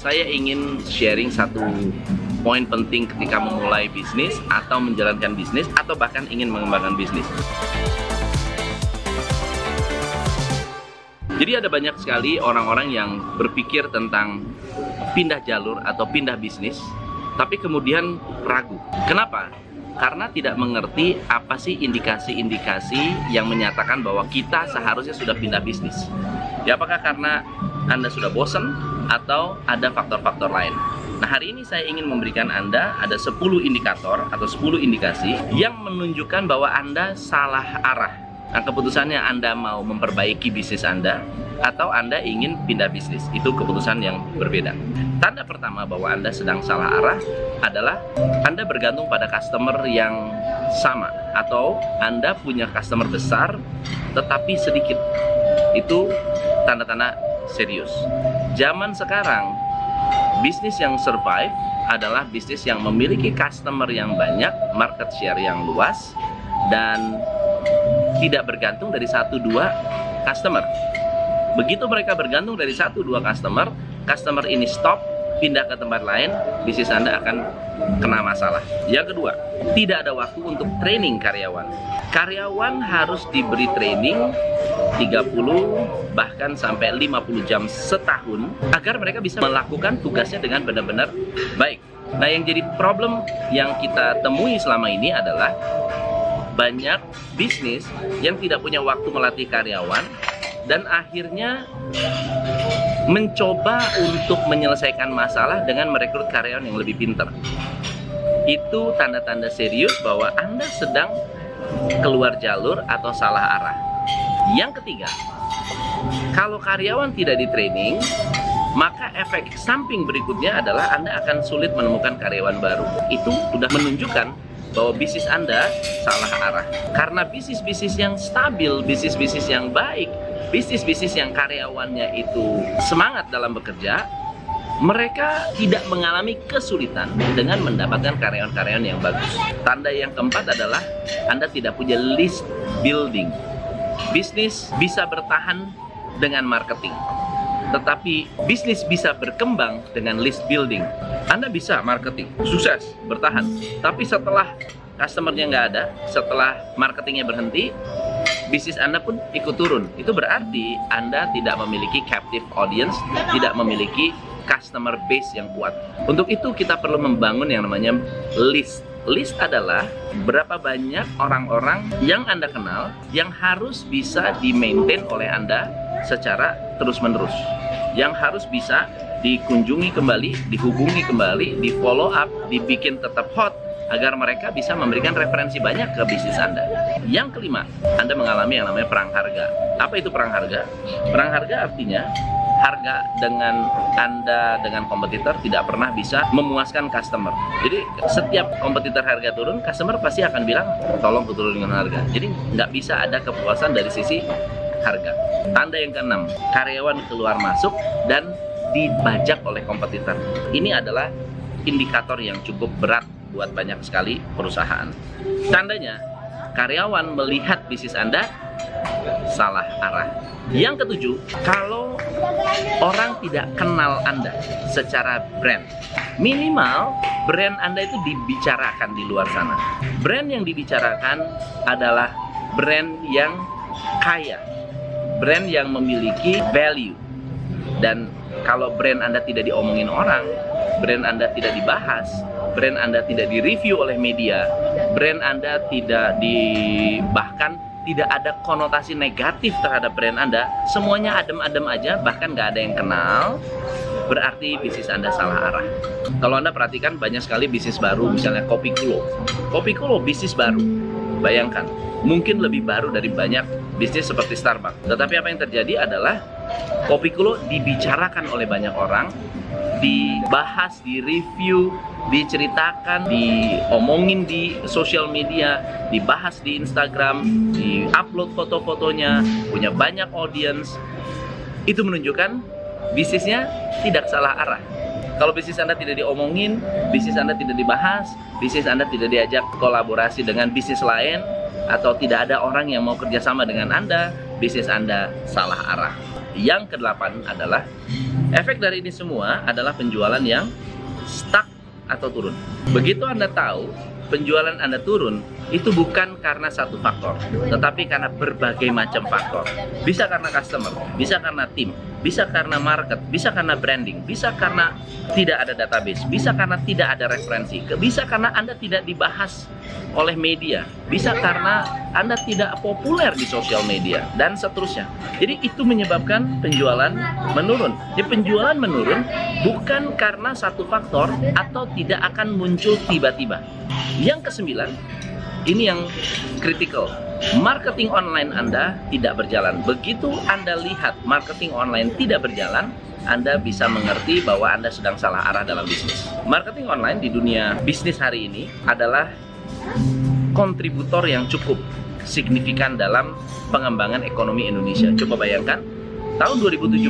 saya ingin sharing satu poin penting ketika memulai bisnis atau menjalankan bisnis atau bahkan ingin mengembangkan bisnis. Jadi ada banyak sekali orang-orang yang berpikir tentang pindah jalur atau pindah bisnis, tapi kemudian ragu. Kenapa? Karena tidak mengerti apa sih indikasi-indikasi yang menyatakan bahwa kita seharusnya sudah pindah bisnis. Ya, apakah karena Anda sudah bosan atau ada faktor-faktor lain? Nah, hari ini saya ingin memberikan Anda ada 10 indikator atau 10 indikasi yang menunjukkan bahwa Anda salah arah. Nah, keputusannya Anda mau memperbaiki bisnis Anda atau Anda ingin pindah bisnis, itu keputusan yang berbeda. Tanda pertama bahwa Anda sedang salah arah adalah Anda bergantung pada customer yang sama atau Anda punya customer besar tetapi sedikit. Itu tanda-tanda serius. Zaman sekarang, bisnis yang survive adalah bisnis yang memiliki customer yang banyak, market share yang luas, dan tidak bergantung dari 1-2 customer. Begitu mereka bergantung dari 1-2 customer, customer ini stop, pindah ke tempat lain, bisnis Anda akan kena masalah. Yang kedua, tidak ada waktu untuk training karyawan. Karyawan harus diberi training 30 bahkan sampai 50 jam setahun agar mereka bisa melakukan tugasnya dengan benar-benar baik. Nah, yang jadi problem yang kita temui selama ini adalah banyak bisnis yang tidak punya waktu melatih karyawan dan akhirnya mencoba untuk menyelesaikan masalah dengan merekrut karyawan yang lebih pintar. Itu tanda-tanda serius bahwa Anda sedang keluar jalur atau salah arah. Yang ketiga, kalau karyawan tidak di-training, maka efek samping berikutnya adalah Anda akan sulit menemukan karyawan baru. Itu sudah menunjukkan bahwa bisnis Anda salah arah. Karena bisnis-bisnis yang stabil, bisnis-bisnis yang baik, bisnis-bisnis yang karyawannya itu semangat dalam bekerja, mereka tidak mengalami kesulitan dengan mendapatkan karyawan-karyawan yang bagus. Tanda yang keempat adalah Anda tidak punya list building. Bisnis bisa bertahan dengan marketing, tetapi bisnis bisa berkembang dengan list building. Anda bisa marketing, sukses, bertahan, tapi setelah customer-nya nggak ada, setelah marketingnya berhenti, bisnis Anda pun ikut turun. Itu berarti Anda tidak memiliki captive audience, tidak memiliki customer base yang kuat. Untuk itu kita perlu membangun yang namanya list. List adalah berapa banyak orang-orang yang Anda kenal yang harus bisa di-maintain oleh Anda secara terus-menerus, yang harus bisa dikunjungi kembali, dihubungi kembali, di-follow up, dibikin tetap hot agar mereka bisa memberikan referensi banyak ke bisnis Anda. Yang kelima, Anda mengalami yang namanya perang harga. Apa itu perang harga? Perang harga artinya harga dengan Anda dengan kompetitor tidak pernah bisa memuaskan customer. Jadi setiap kompetitor harga turun, customer pasti akan bilang tolong turunkan harga. Jadi nggak bisa ada kepuasan dari sisi harga. Tanda yang keenam, karyawan keluar masuk dan dibajak oleh kompetitor. Ini adalah indikator yang cukup berat buat banyak sekali perusahaan. Tandanya, karyawan melihat bisnis Anda salah arah. Yang ketujuh, kalau orang tidak kenal Anda secara brand, minimal brand Anda itu dibicarakan di luar sana. Brand yang dibicarakan adalah brand yang kaya, brand yang memiliki value. Dan kalau brand Anda tidak diomongin orang, brand Anda tidak dibahas, brand Anda tidak direview oleh media, brand Anda bahkan tidak ada konotasi negatif terhadap brand Anda, semuanya adem-adem aja, bahkan nggak ada yang kenal, berarti bisnis Anda salah arah. Kalau Anda perhatikan banyak sekali bisnis baru, misalnya Kopi Kulo. Kopi Kulo bisnis baru, bayangkan, mungkin lebih baru dari banyak bisnis seperti Starbucks. Tetapi apa yang terjadi adalah Kopi Kulo dibicarakan oleh banyak orang, dibahas, direview, diceritakan, diomongin di sosial media, dibahas di Instagram, di-upload foto-fotonya, punya banyak audience. Itu menunjukkan bisnisnya tidak salah arah. Kalau bisnis Anda tidak diomongin, bisnis Anda tidak dibahas, bisnis Anda tidak diajak kolaborasi dengan bisnis lain, atau tidak ada orang yang mau kerjasama dengan Anda, bisnis Anda salah arah. Yang kedelapan adalah Efek dari ini semua adalah penjualan yang stuck atau turun. Begitu Anda tahu penjualan Anda turun, itu bukan karena satu faktor, tetapi karena berbagai macam faktor. Bisa karena customer, bisa karena tim, bisa karena market, bisa karena branding, bisa karena tidak ada database, bisa karena tidak ada referensi, bisa karena Anda tidak dibahas oleh media, bisa karena Anda tidak populer di sosial media, dan seterusnya. Jadi itu menyebabkan penjualan menurun. Jadi penjualan menurun bukan karena satu faktor atau tidak akan muncul tiba-tiba. Yang kesembilan, ini yang kritikal. Marketing online Anda tidak berjalan. Begitu Anda lihat marketing online tidak berjalan, Anda bisa mengerti bahwa Anda sedang salah arah dalam bisnis. Marketing online di dunia bisnis hari ini adalah kontributor yang cukup signifikan dalam pengembangan ekonomi Indonesia. Coba bayangkan, tahun 2017,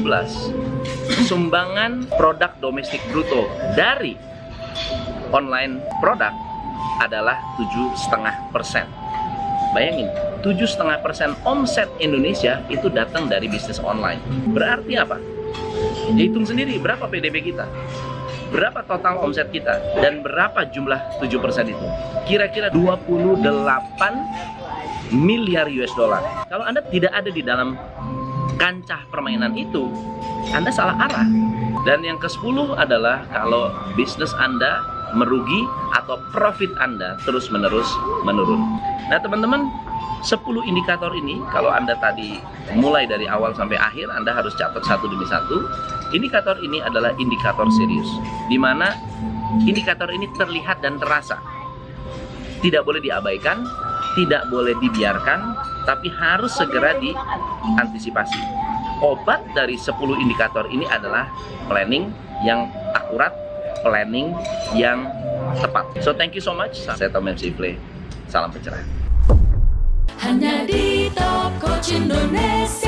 sumbangan produk domestik bruto dari online produk adalah 7,5%. Bayangin, 7,5% omset Indonesia itu datang dari bisnis online. Berarti apa? Ya, hitung sendiri berapa PDB kita, berapa total omset kita, dan berapa jumlah 7% itu. Kira-kira 28 miliar US dollar. Kalau Anda tidak ada di dalam kancah permainan itu, Anda salah arah. Dan yang ke-10 adalah kalau bisnis Anda merugi atau profit Anda terus-menerus menurun. Nah teman-teman, 10 indikator ini kalau Anda tadi mulai dari awal sampai akhir, Anda harus catat satu demi satu. Indikator ini adalah indikator serius, di mana indikator ini terlihat dan terasa. Tidak boleh diabaikan, tidak boleh dibiarkan, tapi harus segera diantisipasi. Obat dari 10 indikator ini adalah planning yang akurat, planning yang tepat. So thank you so much. Saya Tom MC Play. Salam pencerahan. Hanya di Top Coach Indonesia.